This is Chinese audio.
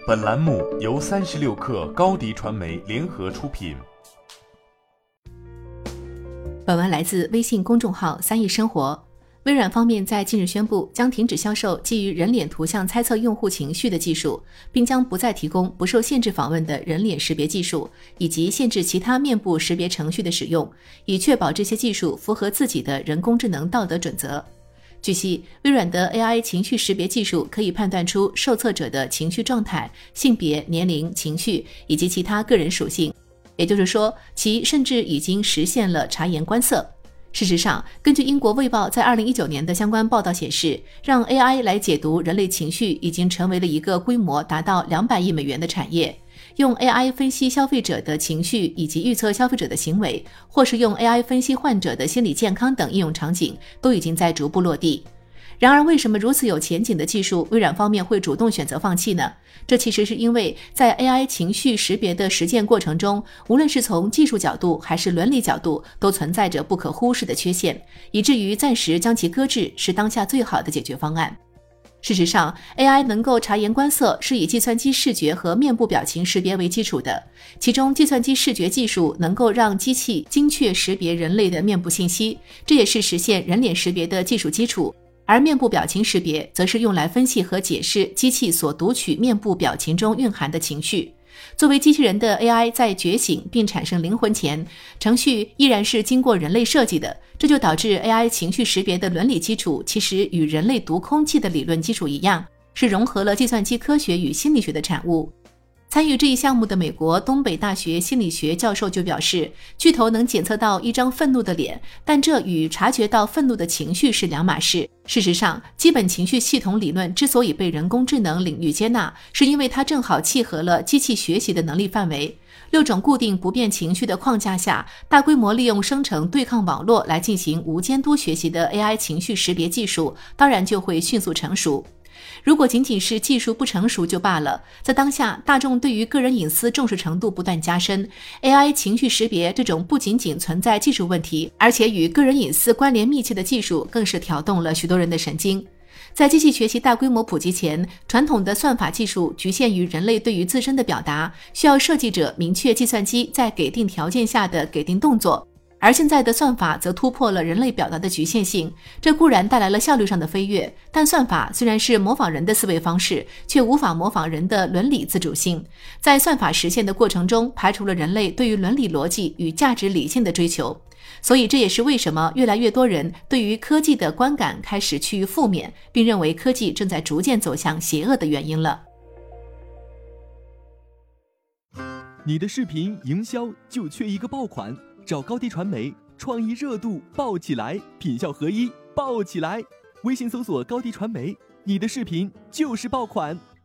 本栏目由36氪高迪传媒联合出品。 本文来自微信公众号3亿生活。微软方面在近日宣布，将停止销售基于人脸图像猜测用户情绪的技术，并将不再提供不受限制访问的人脸识别技术，以及限制其他面部识别程序的使用，以确保这些技术符合自己的人工智能道德准则。据悉，微软的 AI 情绪识别技术可以判断出受测者的情绪状态、性别、年龄、情绪以及其他个人属性，也就是说，其甚至已经实现了察言观色。事实上，根据英国卫报在2019年的相关报道显示，让 AI 来解读人类情绪已经成为了一个规模达到200亿美元的产业。用 AI 分析消费者的情绪以及预测消费者的行为，或是用 AI 分析患者的心理健康等应用场景，都已经在逐步落地。然而，为什么如此有前景的技术，微软方面会主动选择放弃呢？这其实是因为在 AI 情绪识别的实践过程中，无论是从技术角度还是伦理角度，都存在着不可忽视的缺陷，以至于暂时将其搁置是当下最好的解决方案。事实上 ，AI 能够察言观色是以计算机视觉和面部表情识别为基础的，其中计算机视觉技术能够让机器精确识别人类的面部信息，这也是实现人脸识别的技术基础。而面部表情识别则是用来分析和解释机器所读取面部表情中蕴含的情绪。作为机器人的 AI 在觉醒并产生灵魂前，程序依然是经过人类设计的，这就导致 AI 情绪识别的伦理基础其实与人类读空气的理论基础一样，是融合了计算机科学与心理学的产物。参与这一项目的美国东北大学心理学教授就表示，巨头能检测到一张愤怒的脸，但这与察觉到愤怒的情绪是两码事。事实上，基本情绪系统理论之所以被人工智能领域接纳，是因为它正好契合了机器学习的能力范围。6种固定不变情绪的框架下，大规模利用生成对抗网络来进行无监督学习的 AI 情绪识别技术，当然就会迅速成熟。如果仅仅是技术不成熟就罢了，在当下大众对于个人隐私重视程度不断加深， AI 情绪识别这种不仅仅存在技术问题，而且与个人隐私关联密切的技术更是挑动了许多人的神经。在机器学习大规模普及前，传统的算法技术局限于人类对于自身的表达，需要设计者明确计算机在给定条件下的给定动作。而现在的算法则突破了人类表达的局限性，这固然带来了效率上的飞跃，但算法虽然是模仿人的思维方式，却无法模仿人的伦理自主性。在算法实现的过程中，排除了人类对于伦理逻辑与价值理性的追求。所以这也是为什么越来越多人对于科技的观感开始趋于负面，并认为科技正在逐渐走向邪恶的原因了。 你的视频营销就缺一个爆款，找高迪传媒，创意热度爆起来，品效合一爆起来。微信搜索高迪传媒，你的视频就是爆款。